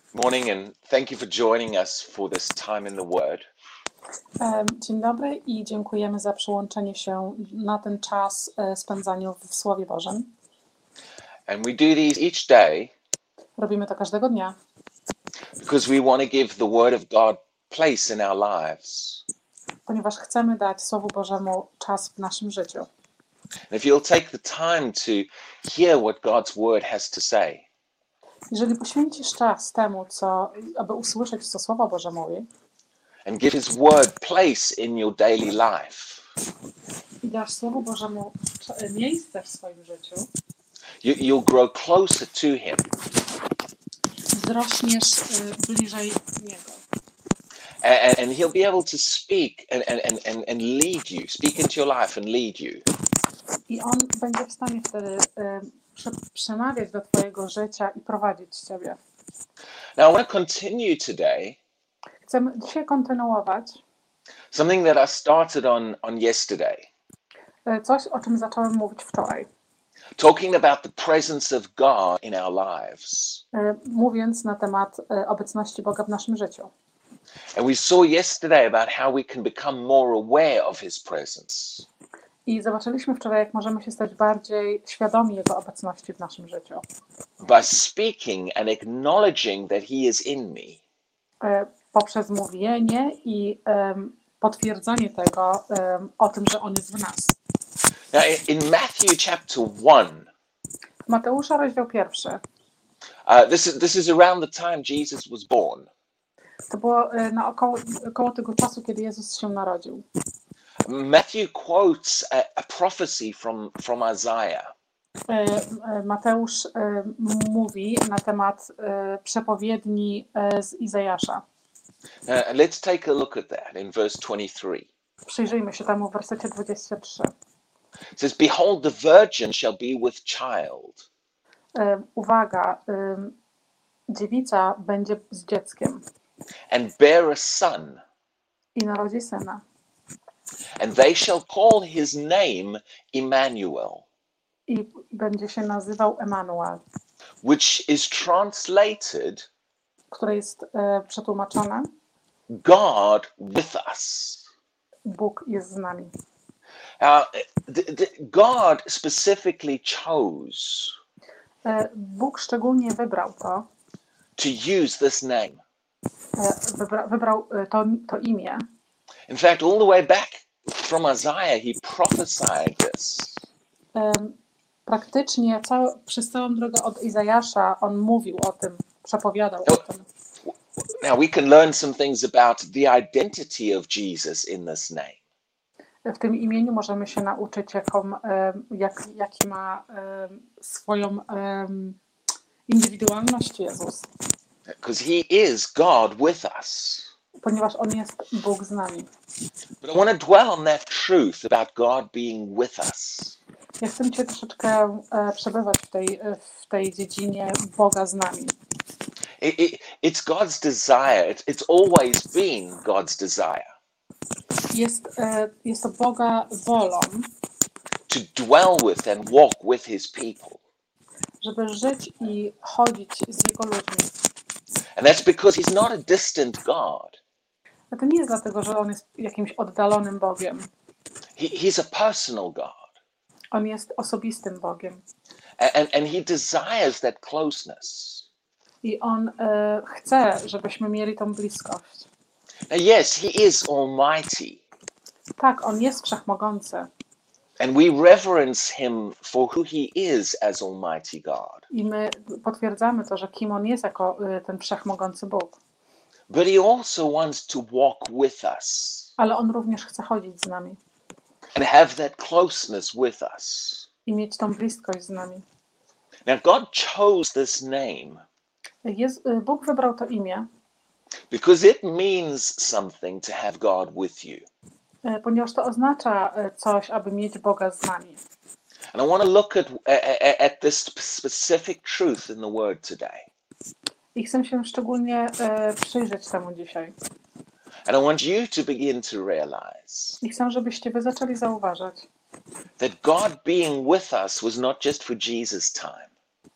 Morning, and thank you for joining us for this time in the Word. Dzień dobry i dziękujemy za przyłączenie się na ten czas spędzaniu w Słowie Bożym. And we do these each day Robimy to każdego dnia, because we want to give the Word of God place in our lives. ponieważ chcemy dać Słowu Bożemu czas w naszym życiu. And if you'll take the time to hear what God's Word has to say, Jeżeli poświęcisz czas temu, aby usłyszeć, co Słowo Boże mówi, and give His Word place in your daily life, i dasz Słowu Bożemu miejsce w swoim życiu, you'll grow closer to Him. wzrośniesz bliżej Niego. And He'll be able to speak and lead you, speak into your life and lead you. I On będzie w stanie wtedy przemawiać do Twojego życia i prowadzić Ciebie. Now, I want to continue today Chcemy dzisiaj kontynuować something that I started on yesterday, coś, o czym zacząłem mówić wczoraj. talking about the presence of God in our lives. Mówiąc na temat obecności Boga w naszym życiu. And we saw yesterday about how we can become more aware of His presence. I zobaczyliśmy wczoraj, jak możemy się stać bardziej świadomi Jego obecności w naszym życiu. By speaking and acknowledging that He is in me. Poprzez mówienie i potwierdzenie tego, o tym, że On jest w nas. Now, in Matthew chapter 1, Mateusza, rozdział 1. this is around the time Jesus was born. To było około tego czasu, kiedy Jezus się narodził. Matthew quotes a prophecy from Isaiah. Mateusz mówi na temat przepowiedni z Izajasza. Let's take a look at that in verse 23. Przyjrzyjmy się temu w wersecie 23. It says, "Behold, the virgin shall be with child." Uwaga, dziewica będzie z dzieckiem And bear a son, i narodzi syna. and they shall call his name Emmanuel, I będzie się nazywał Emanuel, which is translated które jest przetłumaczone God with us. Bóg jest z nami. God specifically chose Bóg szczególnie wybrał to, to use this name. wybrał to imię. In fact, all the way back from Isaiah, he prophesied this. Praktycznie przez całą drogę od Izajasza on mówił o tym, przepowiadał o tym. Now we can learn some things about the identity of Jesus in this name. W tym imieniu możemy się nauczyć, jaki ma swoją indywidualność Jezus. Because he is God with us. Ponieważ On jest Bóg z nami. But I want to dwell on that truth about God being with us. Ja chcę Cię troszeczkę przebywać w tej dziedzinie Boga z nami. It's God's desire. It's always been God's desire. Jest to Boga wolą, to dwell with and walk with his people. żeby żyć i chodzić z Jego ludźmi. And that's because he's not a distant God. A to nie jest dlatego, że On jest jakimś oddalonym Bogiem. He's a personal God. On jest osobistym Bogiem. And he desires that closeness. I On chce, żebyśmy mieli tą bliskość. Now, yes, he is almighty. Tak, On jest wszechmogący. And we reverence him for who he is as Almighty God. I my potwierdzamy to, że kim On jest jako ten wszechmogący Bóg. But he also wants to walk with us. Ale On również chce chodzić z nami. And have that closeness with us. I mieć tą bliskość z nami. Now, God chose this name. Bóg wybrał to imię, because it means something to have God with you. Ponieważ to oznacza coś, aby mieć Boga z nami. And I want to look at this specific truth in the Word today. I chcę się szczególnie przyjrzeć temu dzisiaj. And I want you to begin to realize I chcę, żebyście wy zaczęli zauważać, that God being with us was not just for Jesus' time.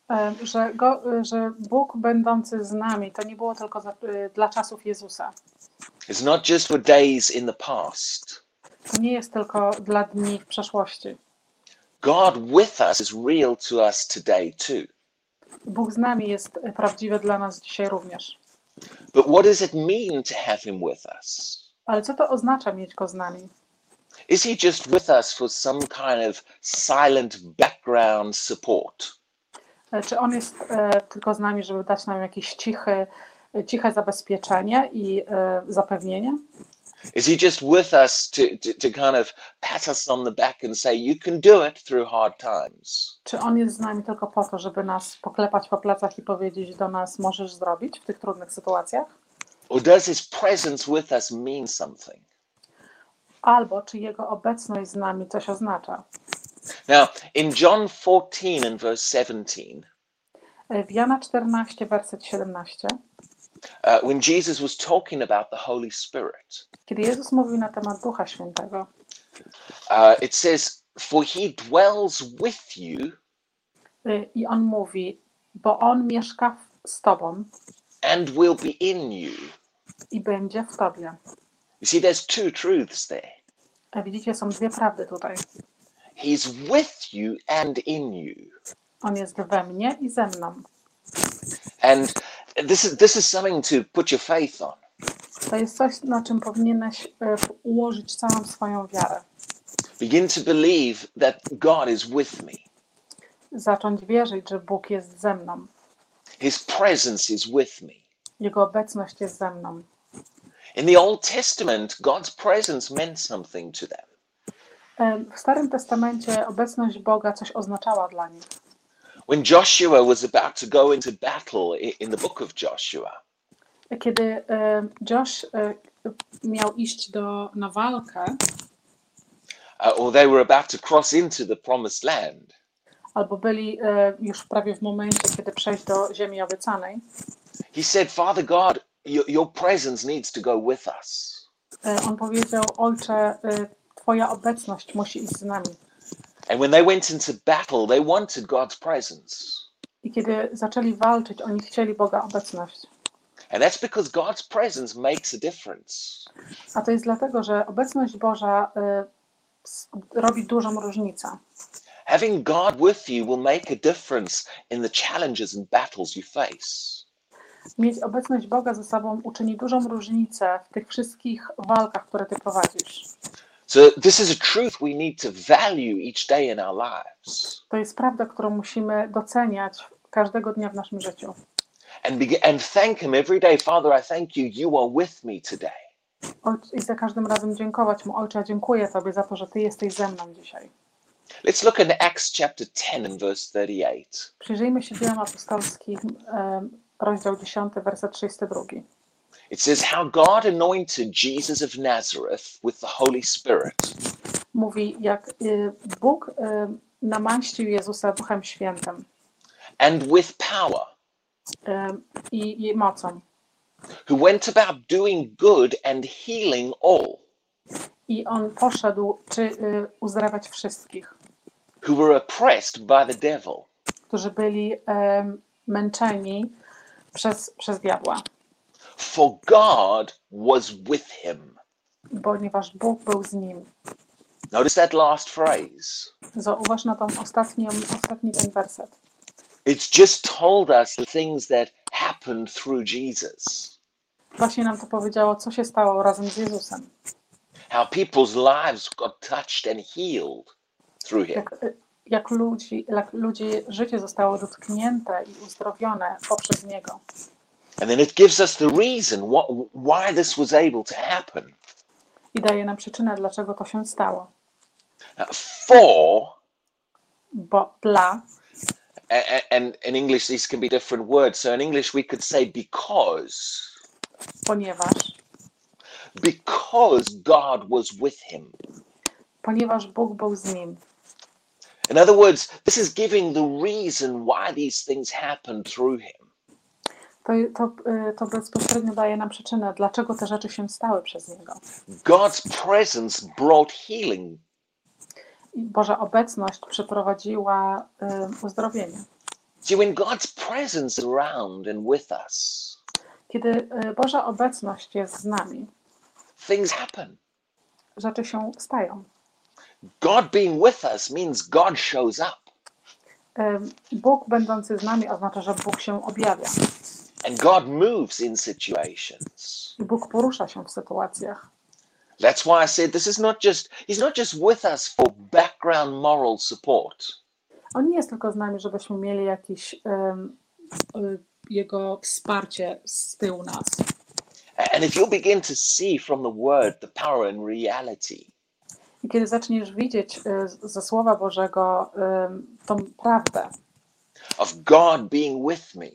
że Bóg będący z nami to nie było tylko dla czasów Jezusa. It's not just for days in the past. To nie jest tylko dla dni w przeszłości. God with us is real to us today too. Bóg z nami jest prawdziwy dla nas dzisiaj również. But what does it mean to have him with us? Ale co to oznacza mieć Go z nami? Is he just with us for some kind of silent background support? Czy On jest tylko z nami, żeby dać nam jakieś ciche zabezpieczenie i zapewnienie? Is he just with us to kind of pat us on the back and say, you can do it through hard times? Czy On jest z nami tylko po to, żeby nas poklepać po plecach i powiedzieć do nas, możesz zrobić w tych trudnych sytuacjach? Or does his presence with us mean something? Albo czy Jego obecność z nami coś oznacza? Now, in John 14 and verse 17, W Jana 14, werset 17, when Jesus was talking about the Holy Spirit, kiedy Jezus mówił na temat Ducha Świętego, it says, for he dwells with you i On mówi, bo On mieszka z Tobą and will be in you. i będzie w Tobie. You see, there's two truths there. A widzicie, są dwie prawdy tutaj. He's with you and in you. On jest we mnie i ze mną. And this is something to put your faith on. To jest coś, na czym powinieneś ułożyć całą swoją wiarę. Begin to believe that God is with me. Zacząć wierzyć, że Bóg jest ze mną. His presence is with me. Jego obecność jest ze mną. In the Old Testament, God's presence meant something to them. W Starym Testamencie obecność Boga coś oznaczała dla nich. When Joshua was about to go into battle in the book of Joshua, Kiedy Josh miał iść na walkę, or they were about to cross into the promised land, albo byli już prawie w momencie, kiedy przejść do ziemi obiecanej, he said, Father God, your presence needs to go with us. on powiedział, Ojcze, Twoja obecność musi iść z nami. And when they went into battle, they wanted God's presence. I kiedy zaczęli walczyć, oni chcieli Boga obecność. And that's because God's presence makes a difference. A to jest dlatego, że obecność Boża robi dużą różnicę. Having God with you will make a difference in the challenges and battles you face. Mieć obecność Boga ze sobą uczyni dużą różnicę w tych wszystkich walkach, które Ty prowadzisz. So this is a truth we need to value each day in our lives. To jest prawda, którą musimy doceniać każdego dnia w naszym życiu. And thank him every day. Father, I thank you. You are with me today. I za każdym razem dziękować Mu. Ojcze, dziękuję Tobie za to, że Ty jesteś ze mną dzisiaj. Let's look at Acts chapter 10 and verse 38. Przyjrzyjmy się Dziełom Apostolskim, rozdział 10, werset 32. It says how God anointed Jesus of Nazareth with the Holy Spirit Mówi, jak Bóg namaścił Jezusa Duchem Świętym and with power, i mocą. who went about doing good and healing all I On poszedł uzdrawiać wszystkich, who were oppressed by the devil, którzy byli męczeni przez diabła. for God was with him. Ponieważ Bóg był z nim. Notice that last phrase. Zauważ na tą ostatni ten werset. It's just told us the things that happened through Jesus. Właśnie nam to powiedziało, co się stało razem z Jezusem. How people's lives got touched and healed through him. Jak ludzi życie zostało dotknięte i uzdrowione poprzez Niego. And then it gives us the reason why this was able to happen. I daje nam przyczynę, dlaczego to się stało. For, Bo dla, and in English these can be different words. So in English we could say because God was with him. Ponieważ Bóg był z nim. In other words, this is giving the reason why these things happened through him. To bezpośrednio daje nam przyczynę, dlaczego te rzeczy się stały przez Niego. God's presence brought healing. I Boża obecność przeprowadziła uzdrowienie. See, when God's presence is around and with us, Kiedy Boża obecność jest z nami, things happen. rzeczy się stają. God being with us means God shows up. Bóg będący z nami oznacza, że Bóg się objawia. And God moves in situations. I Bóg porusza się w sytuacjach. That's why I said He's not just with us for background moral support. On nie jest tylko z nami, żebyśmy mieli jakieś Jego wsparcie z tyłu nas. And if you'll begin to see from the word the power and reality, I kiedy zaczniesz widzieć ze Słowa Bożego tą prawdę of God being with me,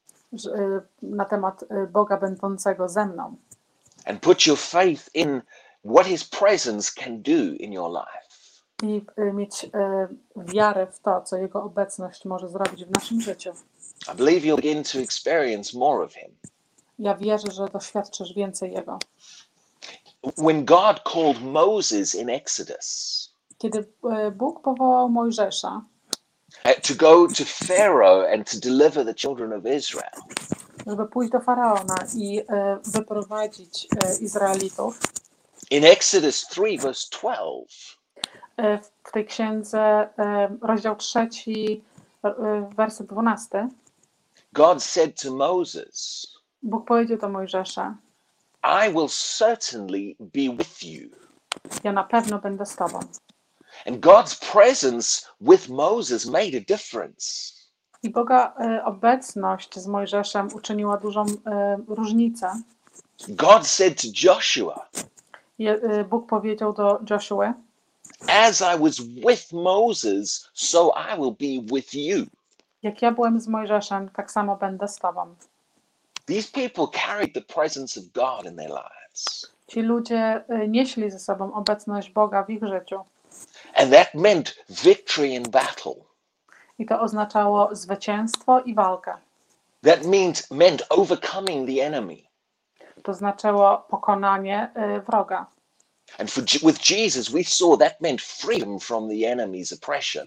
na temat Boga będącego ze mną, and put your faith in what His presence can do in your life, i mieć wiarę w to, co Jego obecność może zrobić w naszym życiu, I believe you'll begin to experience more of Him. ja wierzę, że doświadczysz więcej Jego. When God called Moses in Exodus Kiedy Bóg powołał Mojżesza, to go to Pharaoh and to deliver the children of Israel, żeby pójść do Faraona i wyprowadzić Izraelitów, in Exodus 3 verse 12, w tej księdze, rozdział 3, werset 12, God said to Moses, Bóg powiedział do Mojżesza: I will certainly be with you. ja na pewno będę z tobą. And God's presence with Moses made a difference. I Boga obecność z Mojżeszem uczyniła dużą różnicę. God said to Joshua, Bóg powiedział do Joshua: as I was with Moses, so I will be with you. jak ja byłem z Mojżeszem, tak samo będę z tobą. These people carried the presence of God in their lives. Ci ludzie nieśli ze sobą obecność Boga w ich życiu. And that meant victory in battle. I to oznaczało zwycięstwo i walkę. That meant overcoming the enemy. To znaczyło pokonanie wroga. And with Jesus, we saw that meant freedom from the enemy's oppression.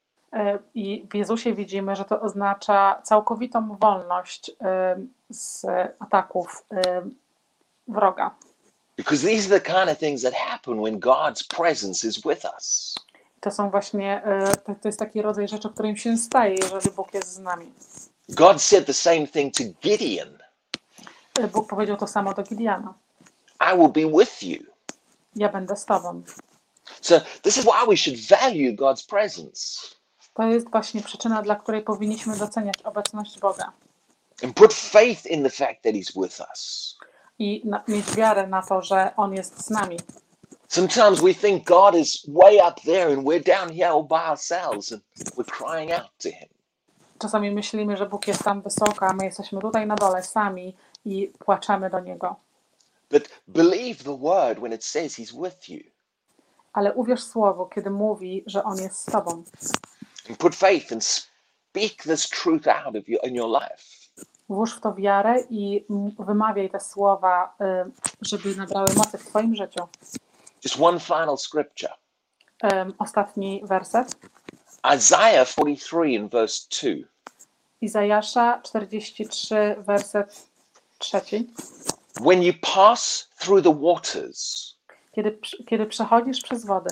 I w Jezusie widzimy, że to oznacza całkowitą wolność z ataków wroga. Because these are the kind of things that happen when God's presence is with us. To są właśnie, to jest taki rodzaj rzeczy, którym się staje, jeżeli Bóg jest z nami. God said the same thing to Gideon. Bóg powiedział to samo do Gideona: I will be with you. ja będę z tobą. So this is why we should value God's presence. To jest właśnie przyczyna, dla której powinniśmy doceniać obecność Boga. And put faith in the fact that He's with us. I mieć wiarę na to, że On jest z nami. Sometimes we think God is way up there and we're down here all by ourselves and we're crying out to Him. Czasami myślimy, że Bóg jest tam wysoko, a my jesteśmy tutaj na dole sami i płaczemy do Niego. But believe the word when it says He's with you. Ale uwierz Słowu, kiedy mówi, że On jest z tobą. And put faith and speak this truth out in your life. Włóż w to wiarę i wymawiaj te słowa, żeby nabrały mocy w twoim życiu. Just one final scripture. Ostatni werset. Isaiah 43 and verse 2. Izajasza 43, werset 3. When you pass through the waters, Kiedy przechodzisz przez wodę,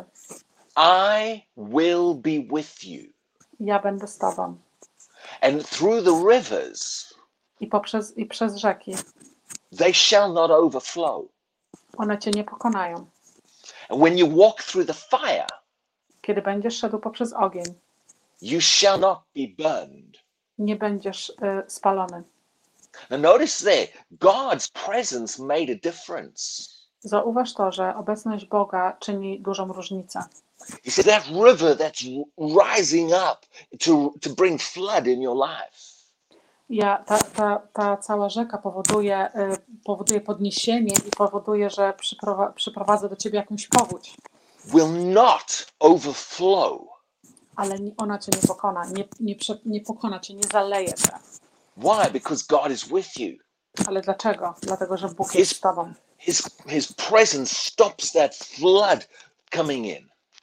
I will be with you. ja będę z tobą. And through the rivers, I przez rzeki, they shall not overflow. one cię nie pokonają. And when you walk through the fire, Kiedy będziesz szedł poprzez ogień, you shall not be burned. nie będziesz spalony. Now notice there, God's presence made a difference. Zauważ to, że obecność Boga czyni dużą różnicę. He said that river that's rising up to bring flood in your life. Ta cała rzeka powoduje podniesienie i powoduje, że przyprowadza do ciebie jakąś powódź. Will not overflow. Ale ona cię nie pokona, nie pokona cię, nie zaleje cię. Why? Because God is with you. Ale dlaczego? Dlatego, że Bóg jest z tobą. His presence stops that flood coming in.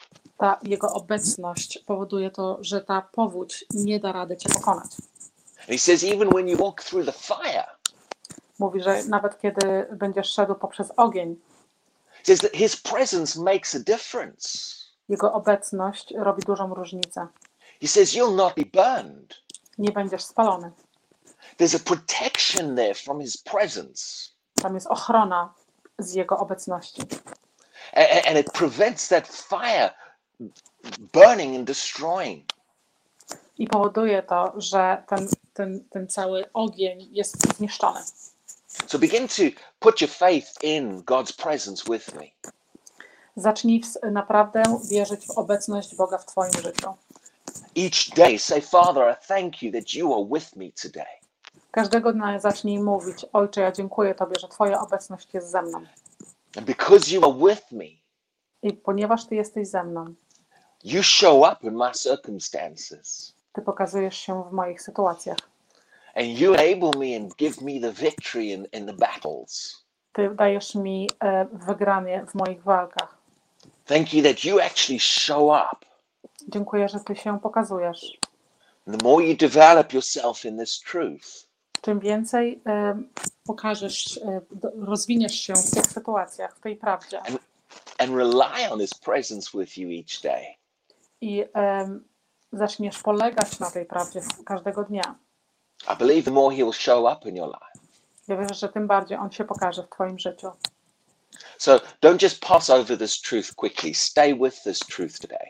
ta Jego obecność powoduje to, że ta powódź nie da rady Cię pokonać. And he says, even when you walk through the fire, Mówi, że nawet kiedy będziesz szedł poprzez ogień, he says that his presence makes a difference. Jego obecność robi dużą różnicę. He says, you'll not be burned. Nie będziesz spalony. There's a protection there from his presence. Tam jest ochrona z Jego obecności. And it prevents that fire burning and destroying. I powoduje to, że ten cały ogień jest zniszczony. So begin to put your faith in God's presence with me. Zacznij naprawdę wierzyć w obecność Boga w Twoim życiu. Each day say, Father, I thank you that you are with me today. Każdego dnia zacznij mówić: Ojcze, ja dziękuję Tobie, że Twoja obecność jest ze mną. And because you are with me, I ponieważ Ty jesteś ze mną, you show up in my circumstances. Ty pokazujesz się w moich sytuacjach. And you enable me and give me the victory in the battles. Ty dajesz mi wygranie w moich walkach. Thank you that you actually show up. Dziękuję, że Ty się pokazujesz. And the more you develop yourself in this truth, Czym więcej pokażesz, rozwiniesz się w tych sytuacjach, w tej prawdzie and rely on his presence with you each day, i zaczniesz polegać na tej prawdzie każdego dnia. I believe the more he will show up in your life. Ja wierzę, że tym bardziej On się pokaże w Twoim życiu. So don't just pass over this truth quickly. Stay with this truth today.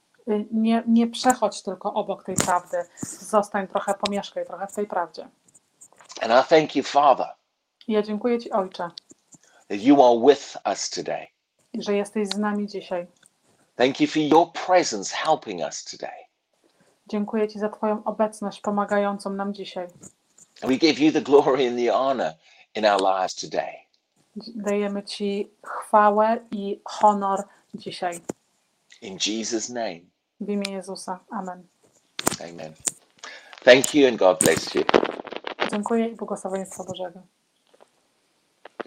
Nie przechodź tylko obok tej prawdy. Zostań trochę, pomieszkaj trochę w tej prawdzie. And I thank you, Father, I ja dziękuję Ci, Ojcze, that you are with us today. że jesteś z nami dzisiaj. Thank you for your presence helping us today. Dziękuję Ci za Twoją obecność pomagającą nam dzisiaj. And we give you the glory and the honor in our lives today. Dajemy Ci chwałę i honor dzisiaj. In Jesus' name, W imię Jezusa. Amen. amen. Thank you and God bless you. Dziękuję i błogosławieństwa Bożego.